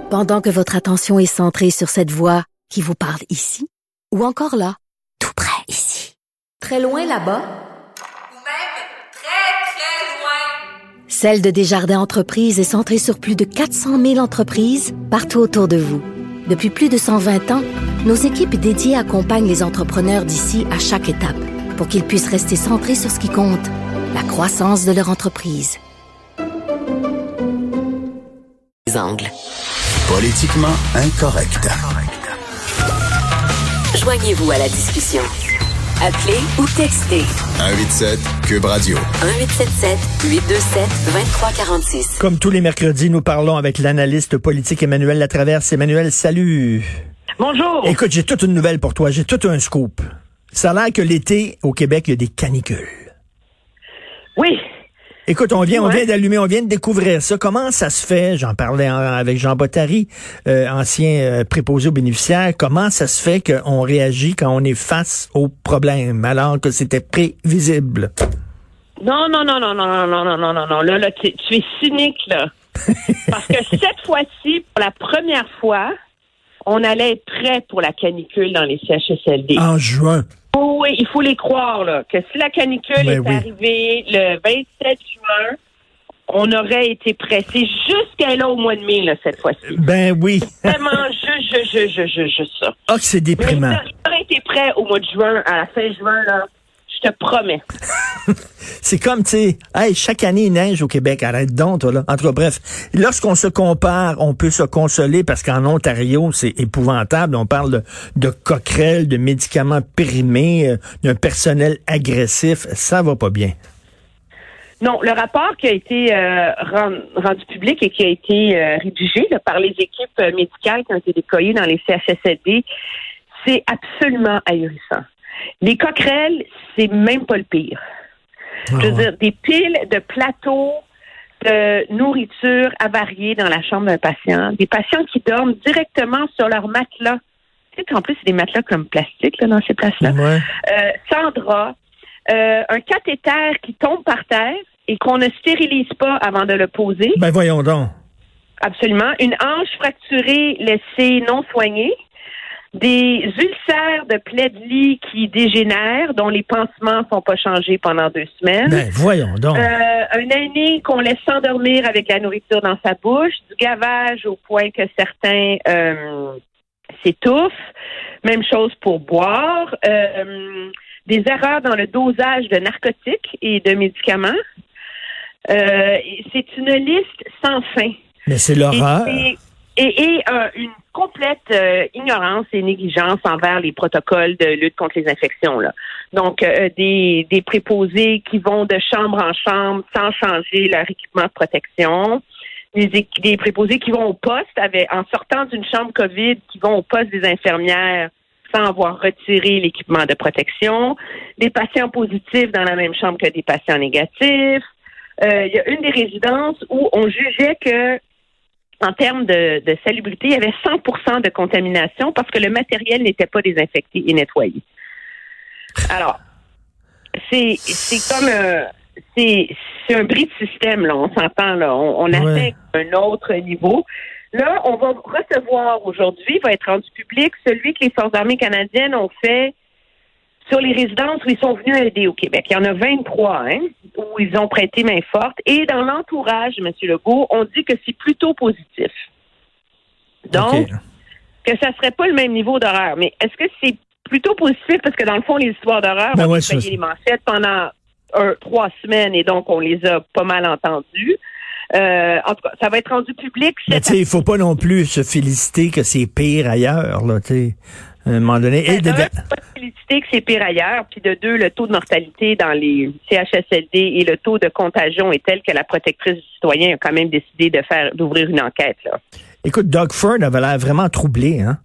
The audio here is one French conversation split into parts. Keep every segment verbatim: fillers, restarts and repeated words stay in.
Pendant que votre attention est centrée sur cette voix qui vous parle ici, ou encore là, tout près ici, très loin là-bas, ou même très, très loin, Celle de Desjardins Entreprises est centrée sur plus de quatre cent mille entreprises partout autour de vous. Depuis plus de cent vingt ans, nos équipes dédiées accompagnent les entrepreneurs d'ici à chaque étape pour qu'ils puissent rester centrés sur ce qui compte, la croissance de leur entreprise. Angles. Politiquement incorrect. Joignez-vous à la discussion. Appelez ou textez. un huit sept Cube Radio. un huit sept sept huit deux sept deux trois quatre six. Comme tous les mercredis, nous parlons avec l'analyste politique Emmanuel Latraverse. Emmanuel, salut. Bonjour. Écoute, j'ai toute une nouvelle pour toi. J'ai tout un scoop. Ça a l'air que l'été, au Québec, il y a des canicules. Oui. Écoute, on vient, on Ouais. vient d'allumer, on vient de découvrir ça. Comment ça se fait? J'en parlais en- avec Jean Bottary, euh, ancien euh, préposé aux bénéficiaires. Comment ça se fait qu'on réagit quand on est face au problème, alors que c'était prévisible? Non, non, non, non, non, non, non, non, non, non, non. Là, là, tu, tu es cynique, là. Parce que cette fois-ci, pour la première fois, on allait être prêt pour la canicule dans les C H S L D. En juin. Oh, oui, il faut les croire, là, que si la canicule Ben est oui. arrivée le vingt-sept juin, on aurait été prêt. C'est jusqu'à là au mois de mai, là, cette fois-ci. Ben oui. Vraiment, juste, juste, juste, juste, juste, juste ça. Ah, que c'est Mais déprimant. si t'aurais été prêt au mois de juin, à la fin juin, là, je te promets. C'est comme, tu sais, hey, chaque année, il neige au Québec. Arrête donc, toi, là. En tout cas, bref. Lorsqu'on se compare, on peut se consoler parce qu'en Ontario, c'est épouvantable. On parle de, de coquerelles, de médicaments périmés, euh, d'un personnel agressif. Ça va pas bien. Non, le rapport qui a été euh, rend- rendu public et qui a été euh, rédigé là, par les équipes euh, médicales qui ont été déployées dans les C H S L D, c'est absolument ahurissant. Les coquerelles, c'est même pas le pire. Je veux Ah ouais. dire, des piles de plateaux de nourriture avariée dans la chambre d'un patient, des patients qui dorment directement sur leur matelas. Tu sais qu'en plus, c'est des matelas comme plastique là, dans ces places-là. Ouais. Euh, sans drap, euh, un cathéter qui tombe par terre et qu'on ne stérilise pas avant de le poser. Ben voyons donc. Absolument. Une hanche fracturée laissée non soignée. Des ulcères de plaie de lit qui dégénèrent, dont les pansements sont pas changés pendant deux semaines. Ben voyons donc. Euh, un aîné qu'on laisse s'endormir avec la nourriture dans sa bouche, du gavage au point que certains euh, s'étouffent. Même chose pour boire. Euh, des erreurs dans le dosage de narcotiques et de médicaments. Euh, c'est une liste sans fin. Mais c'est l'horreur. Et, et, et euh, une complète euh, ignorance et négligence envers les protocoles de lutte contre les infections. Là. Donc, euh, des, des préposés qui vont de chambre en chambre sans changer leur équipement de protection. Des, é- des préposés qui vont au poste avec, en sortant d'une chambre COVID, qui vont au poste des infirmières sans avoir retiré l'équipement de protection. Des patients positifs dans la même chambre que des patients négatifs. Euh, il y a une des résidences où on jugeait que en termes de, de salubrité, il y avait cent pour cent de contamination parce que le matériel n'était pas désinfecté et nettoyé. Alors, c'est c'est comme un, c'est, c'est un bris de système, là, on s'entend, là. On, on Ouais. atteint un autre niveau. Là, on va recevoir aujourd'hui, va être rendu public, celui que les Forces armées canadiennes ont fait sur les résidences où ils sont venus aider au Québec. Il y en a vingt-trois, hein, où ils ont prêté main forte. Et dans l'entourage de M. Legault, on dit que c'est plutôt positif. Donc, OK. que ça serait pas le même niveau d'horreur. Mais est-ce que c'est plutôt positif? Parce que dans le fond, les histoires d'horreur, Ben on ouais, a ça, payé c'est- les manchettes pendant un, trois semaines et donc on les a pas mal entendues. Euh, en tout cas, ça va être rendu public. Mais cette tu sais, il faut pas non plus se féliciter que c'est pire ailleurs, là, tu sais. À un moment donné. Et de- De un, faut pas se féliciter que c'est pire ailleurs, puis de deux, le taux de mortalité dans les C H S L D et le taux de contagion est tel que la protectrice du citoyen a quand même décidé de faire d'ouvrir une enquête. Là. Écoute, Doug Ford avait l'air vraiment troublé, hein?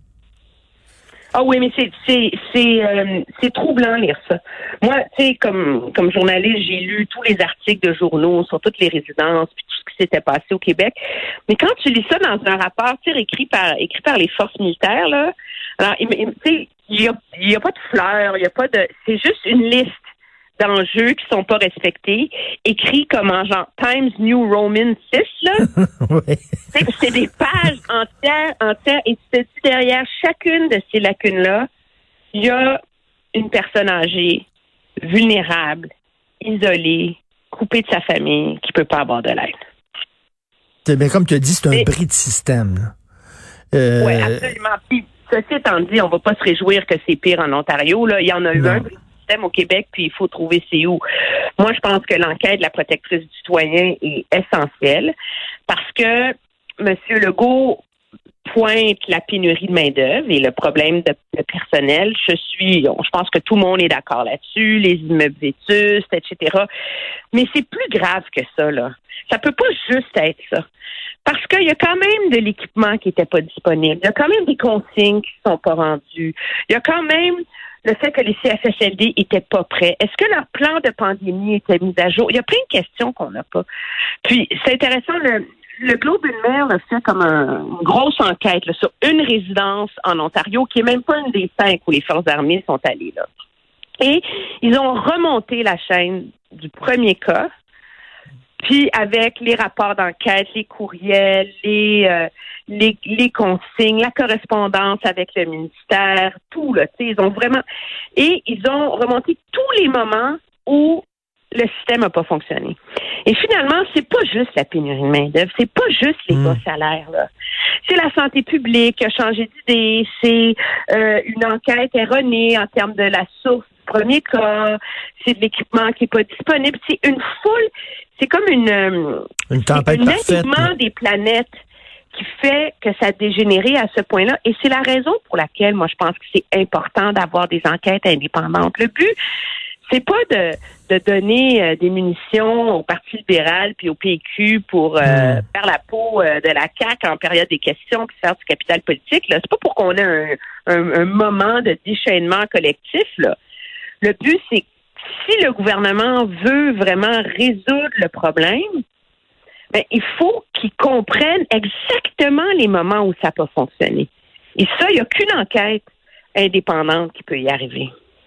Ah oui, mais c'est c'est c'est euh, c'est troublant lire ça. Moi, tu sais, comme comme journaliste, j'ai lu tous les articles de journaux sur toutes les résidences puis tout ce qui s'était passé au Québec. Mais quand tu lis ça dans un rapport, tu sais, écrit par écrit par les forces militaires, là, alors, il- il- tu sais, il y a il y a pas de fleurs, il y a pas de, c'est juste une liste d'enjeux qui sont pas respectés, écrits comme en genre Times New Roman six, là. Oui. c'est, c'est des pages entières, entières, et tu te dis derrière chacune de ces lacunes-là, il y a une personne âgée, vulnérable, isolée, coupée de sa famille, qui peut pas avoir de l'aide. C'est bien comme tu as dit, c'est un Et, bris de système, là. Euh... Oui, absolument. Puis, ceci étant dit, on va pas se réjouir que c'est pire en Ontario. Là, il y en a eu un bris de système au Québec, puis il faut trouver c'est où. Moi, je pense que l'enquête de la protectrice du citoyen est essentielle parce que M. Legault pointe la pénurie de main-d'œuvre et le problème de, de personnel. Je suis, je pense que tout le monde est d'accord là-dessus, les immeubles vétustes, et cetera. Mais c'est plus grave que ça, là. Ça peut pas juste être ça. Parce qu'il y a quand même de l'équipement qui n'était pas disponible. Il y a quand même des consignes qui ne sont pas rendues. Il y a quand même le fait que les C H S L D n'étaient pas prêts. Est-ce que leur plan de pandémie était mis à jour? Il y a plein de questions qu'on n'a pas. Puis, c'est intéressant, le, le Globe and Mail a fait comme un, une grosse enquête là, sur une résidence en Ontario qui n'est même pas une des cinq où les forces armées sont allées là. Et ils ont remonté la chaîne du premier cas. Puis avec les rapports d'enquête, les courriels, les, euh, les les consignes, la correspondance avec le ministère, tout là, tu sais, ils ont vraiment et ils ont remonté tous les moments où le système n'a pas fonctionné. Et finalement, c'est pas juste la pénurie de main-d'œuvre, c'est pas juste les bas salaires là. C'est la santé publique qui a changé d'idée, c'est euh, une enquête erronée en termes de la source du premier cas, c'est de l'équipement qui est pas disponible, c'est une foule. C'est comme une, une tempête un parfaite, alignement des planètes qui fait que ça a dégénéré à ce point-là. Et c'est la raison pour laquelle, moi, je pense que c'est important d'avoir des enquêtes indépendantes. Le but, c'est pas de, de donner euh, des munitions au Parti libéral puis au P Q pour euh, mmh. faire la peau euh, de la C A Q en période des questions puis faire du capital politique. Là. C'est pas pour qu'on ait un, un, un moment de déchaînement collectif. Là. Le but, c'est si le gouvernement veut vraiment résoudre le problème, ben, il faut qu'il comprenne exactement les moments où ça peut fonctionner. Et ça, il n'y a qu'une enquête indépendante qui peut y arriver.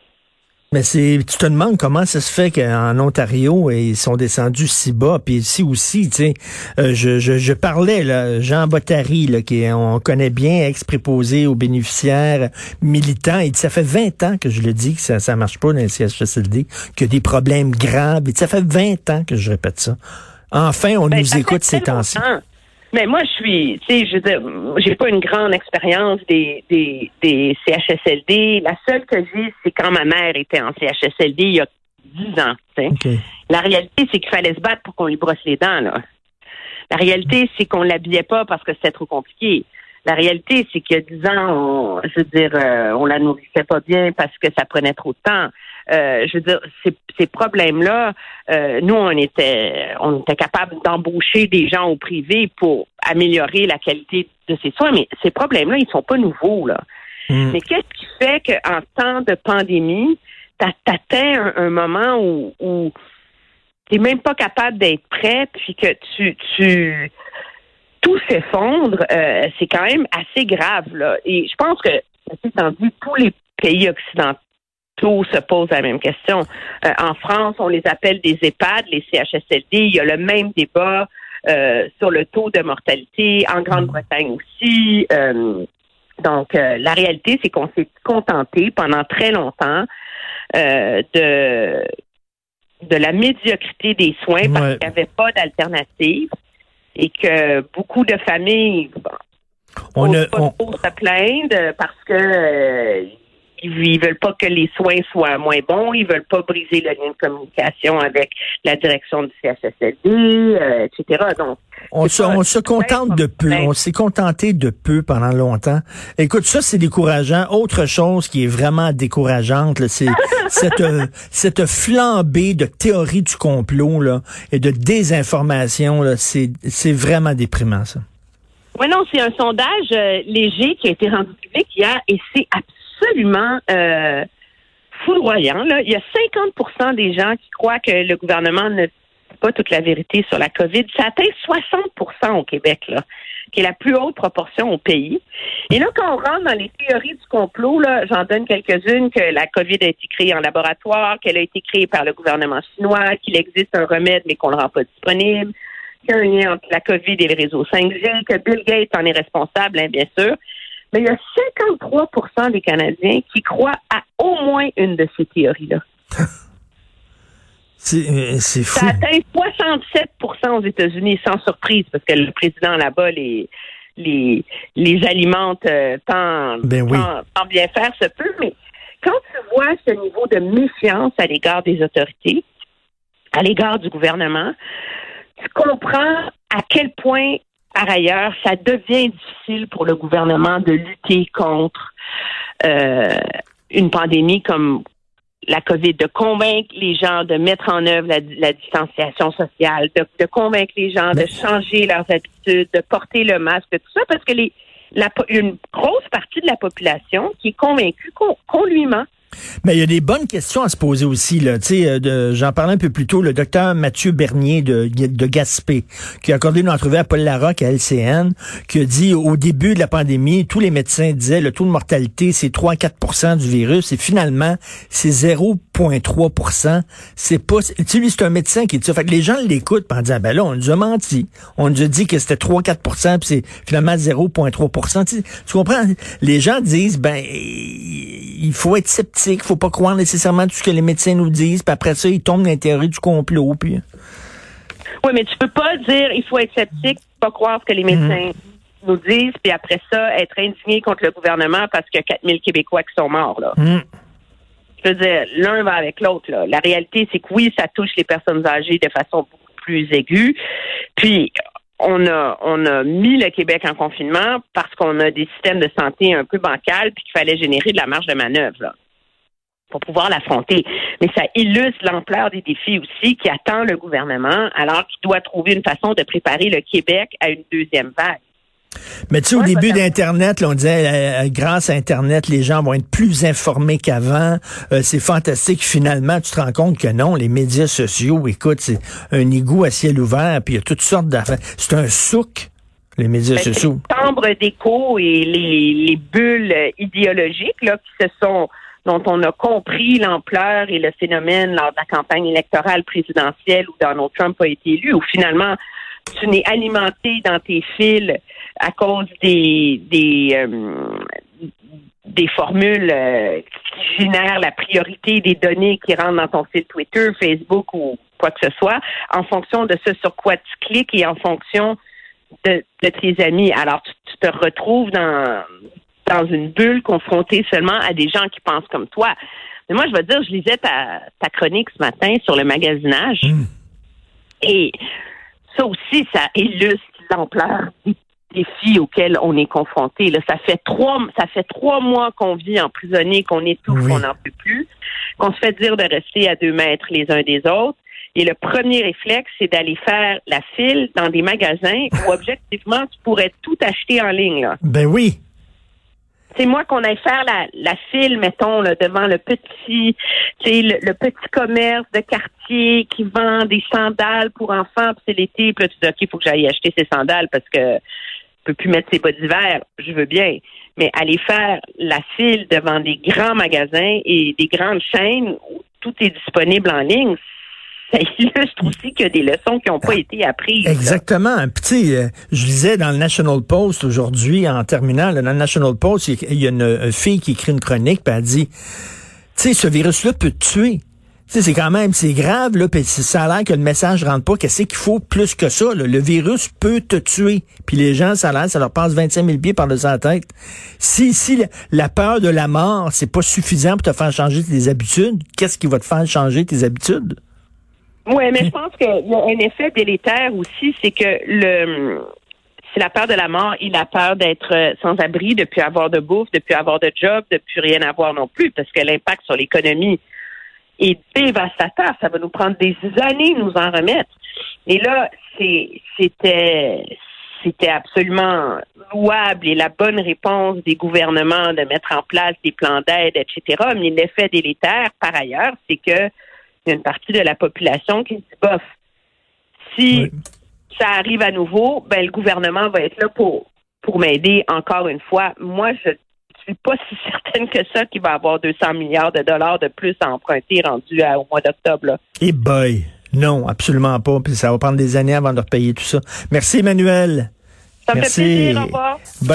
Mais c'est, tu te demandes comment ça se fait qu'en Ontario, ils sont descendus si bas. Puis ici aussi, tu sais, euh, je, je, je parlais, là, Jean Bottary, là, qui on connaît bien, ex-préposé aux bénéficiaires, militant. Il dit, ça fait vingt ans que je le dis que ça ça marche pas dans les C H S L D, qu'il y a des problèmes graves. Il dit, ça fait vingt ans que je répète ça. Enfin, on ben, nous écoute ces temps-ci. Mais moi, je suis, tu sais, je veux dire, j'ai pas une grande expérience des, des, des C H S L D. La seule que j'ai, c'est quand ma mère était en C H S L D il y a dix ans, tu sais. Okay. La réalité, c'est qu'il fallait se battre pour qu'on lui brosse les dents, là. La réalité, c'est qu'on l'habillait pas parce que c'était trop compliqué. La réalité, c'est qu'il y a dix ans, on, je veux dire, euh, on la nourrissait pas bien parce que ça prenait trop de temps. Euh, je veux dire, ces, ces problèmes-là, euh, nous, on était, on était capable d'embaucher des gens au privé pour améliorer la qualité de ces soins, mais ces problèmes-là, ils sont pas nouveaux, là. Mmh. Mais qu'est-ce qui fait qu'en temps de pandémie, t'atteins un, un moment où, où t'es même pas capable d'être prêt, puis que tu, tu, tout s'effondre, euh, c'est quand même assez grave, là. Et je pense que, étant dit, tous les pays occidentaux se posent la même question. Euh, en France, on les appelle des EHPAD, les C H S L D. Il y a le même débat euh, sur le taux de mortalité. En Grande-Bretagne aussi. Euh, donc, euh, la réalité, c'est qu'on s'est contenté pendant très longtemps euh, de de la médiocrité des soins parce ouais. qu'il n'y avait pas d'alternative et que beaucoup de familles bon, on posent a, pas on... trop se plaindre parce que euh, ils veulent pas que les soins soient moins bons, ils veulent pas briser le lien de communication avec la direction du C H S L D, euh, et cetera. Donc, on se, on se contente de peu, on s'est contenté de peu pendant longtemps. Écoute, ça c'est décourageant. Autre chose qui est vraiment décourageante, là, c'est cette cette flambée de théorie du complot là et de désinformation là, c'est c'est vraiment déprimant ça. Oui, non, c'est un sondage euh, léger qui a été rendu public hier et c'est absolument absolument euh, foudroyant. Là. Il y a cinquante pour cent des gens qui croient que le gouvernement ne dit pas toute la vérité sur la COVID. Ça atteint soixante pour cent au Québec, là, qui est la plus haute proportion au pays. Et là, quand on rentre dans les théories du complot, là, j'en donne quelques-unes, que la COVID a été créée en laboratoire, qu'elle a été créée par le gouvernement chinois, qu'il existe un remède, mais qu'on ne le rend pas disponible, qu'il y a un lien entre la COVID et le réseau cinq G, que Bill Gates en est responsable, hein, bien sûr. Mais il y a cinquante-trois pour cent des Canadiens qui croient à au moins une de ces théories-là. C'est, c'est fou. Ça atteint soixante-sept pour cent aux États-Unis, sans surprise, parce que le président là-bas les les les alimente euh, tant, ben oui. tant, tant bien faire se peut. Mais quand tu vois ce niveau de méfiance à l'égard des autorités, à l'égard du gouvernement, tu comprends à quel point, par ailleurs, ça devient difficile pour le gouvernement de lutter contre euh, une pandémie comme la COVID, de convaincre les gens de mettre en œuvre la, la distanciation sociale, de, de convaincre les gens de changer leurs habitudes, de porter le masque, tout ça, parce que les, la, une grosse partie de la population qui est convaincue qu'on, qu'on lui ment. Mais il y a des bonnes questions à se poser aussi, là. Tu sais, de, j'en parlais un peu plus tôt, le docteur Mathieu Bernier de, de Gaspé, qui a accordé une entrevue à Paul Larocque à L C N, qui a dit au début de la pandémie, tous les médecins disaient le taux de mortalité, c'est trois à quatre pour cent du virus, et finalement, c'est zéro virgule trois pour cent. C'est pas, tu sais, lui, c'est un médecin qui dit ça. Fait que les gens l'écoutent en disant, ben là, on nous a menti. On nous a dit que c'était trois à quatre pour cent, puis c'est finalement zéro virgule trois pour cent. Tu, tu comprends? Les gens disent, ben, il faut être sceptique. Il faut pas croire nécessairement tout ce que les médecins nous disent, puis après ça, ils tombent dans les théories du complot. Puis... Oui, mais tu peux pas dire il faut être sceptique, pas croire ce que les médecins mmh. nous disent, puis après ça, être indigné contre le gouvernement parce qu'il y a quatre mille Québécois qui sont morts. Là. Mmh. Je veux dire, l'un va avec l'autre. Là. La réalité, c'est que oui, ça touche les personnes âgées de façon beaucoup plus aiguë. Puis, on a on a mis le Québec en confinement parce qu'on a des systèmes de santé un peu bancals, puis qu'il fallait générer de la marge de manœuvre, là, pour pouvoir l'affronter. Mais ça illustre l'ampleur des défis aussi qui attend le gouvernement, alors qu'il doit trouver une façon de préparer le Québec à une deuxième vague. Mais tu sais, au début d'Internet, là, on disait, euh, grâce à Internet, les gens vont être plus informés qu'avant. Euh, c'est fantastique. Finalement, tu te rends compte que non, les médias sociaux, écoute, c'est un égout à ciel ouvert, puis il y a toutes sortes d'affaires. C'est un souk, les médias ben, sociaux. C'est les chambres d'écho et les, les bulles idéologiques là qui se sont dont on a compris l'ampleur et le phénomène lors de la campagne électorale présidentielle où Donald Trump a été élu, où finalement tu n'es alimenté dans tes fils à cause des des euh, des formules euh, qui génèrent la priorité des données qui rentrent dans ton fil Twitter, Facebook ou quoi que ce soit, en fonction de ce sur quoi tu cliques et en fonction de, de tes amis. Alors tu, tu te retrouves dans dans une bulle confrontée seulement à des gens qui pensent comme toi. Mais moi, je veux dire, je lisais ta, ta chronique ce matin sur le magasinage. Mmh. Et ça aussi, ça illustre l'ampleur des défis auxquels on est confronté. Là, ça fait trois, ça fait trois mois qu'on vit emprisonné, qu'on étouffe, oui. qu'on n'en peut plus, qu'on se fait dire de rester à deux mètres les uns des autres. Et le premier réflexe, c'est d'aller faire la file dans des magasins où, objectivement, tu pourrais tout acheter en ligne. Là. Ben oui. C'est moi qu'on aille faire la, la file, mettons, là, devant le petit, tu sais, le, le petit commerce de quartier qui vend des sandales pour enfants, puis c'est l'été, puis là, tu dis, OK, il faut que j'aille acheter ces sandales parce que je peux plus mettre ses bas d'hiver, je veux bien. Mais aller faire la file devant des grands magasins et des grandes chaînes où tout est disponible en ligne, ça illustre aussi qu'il y a des leçons qui n'ont pas été apprises. Exactement. Puis tu sais, euh, je lisais dans le National Post aujourd'hui, en terminant, là, dans le National Post, il y a une, une fille qui écrit une chronique, puis elle dit, tu sais, ce virus-là peut te tuer. Tu sais, c'est quand même, c'est grave, là, puis ça a l'air que le message rentre pas. Qu'est-ce qu'il faut plus que ça, là? Le virus peut te tuer. Puis les gens, ça a l'air, ça leur passe vingt-cinq mille pieds par-dessus la tête. Si, si la, la peur de la mort, c'est pas suffisant pour te faire changer tes habitudes, qu'est-ce qui va te faire changer tes habitudes? Oui, mais je pense qu'il y a un effet délétère aussi, c'est que le c'est la peur de la mort et la peur d'être sans abri, de plus avoir de bouffe, de plus avoir de job, de plus rien avoir non plus, parce que l'impact sur l'économie est dévastateur. Ça va nous prendre des années de nous en remettre. Et là, c'est c'était c'était absolument louable et la bonne réponse des gouvernements de mettre en place des plans d'aide, et cetera. Mais l'effet délétère, par ailleurs, c'est que il y a une partie de la population qui se dit, bof, si oui. ça arrive à nouveau, ben le gouvernement va être là pour pour m'aider. Encore une fois, moi, je suis pas si certaine que ça qu'il va avoir deux cents milliards de dollars de plus à emprunter rendu à, au mois d'octobre. Là. Et boy, non, absolument pas. Puis ça va prendre des années avant de repayer tout ça. Merci, Emmanuel. Ça me Merci. fait plaisir. Au revoir.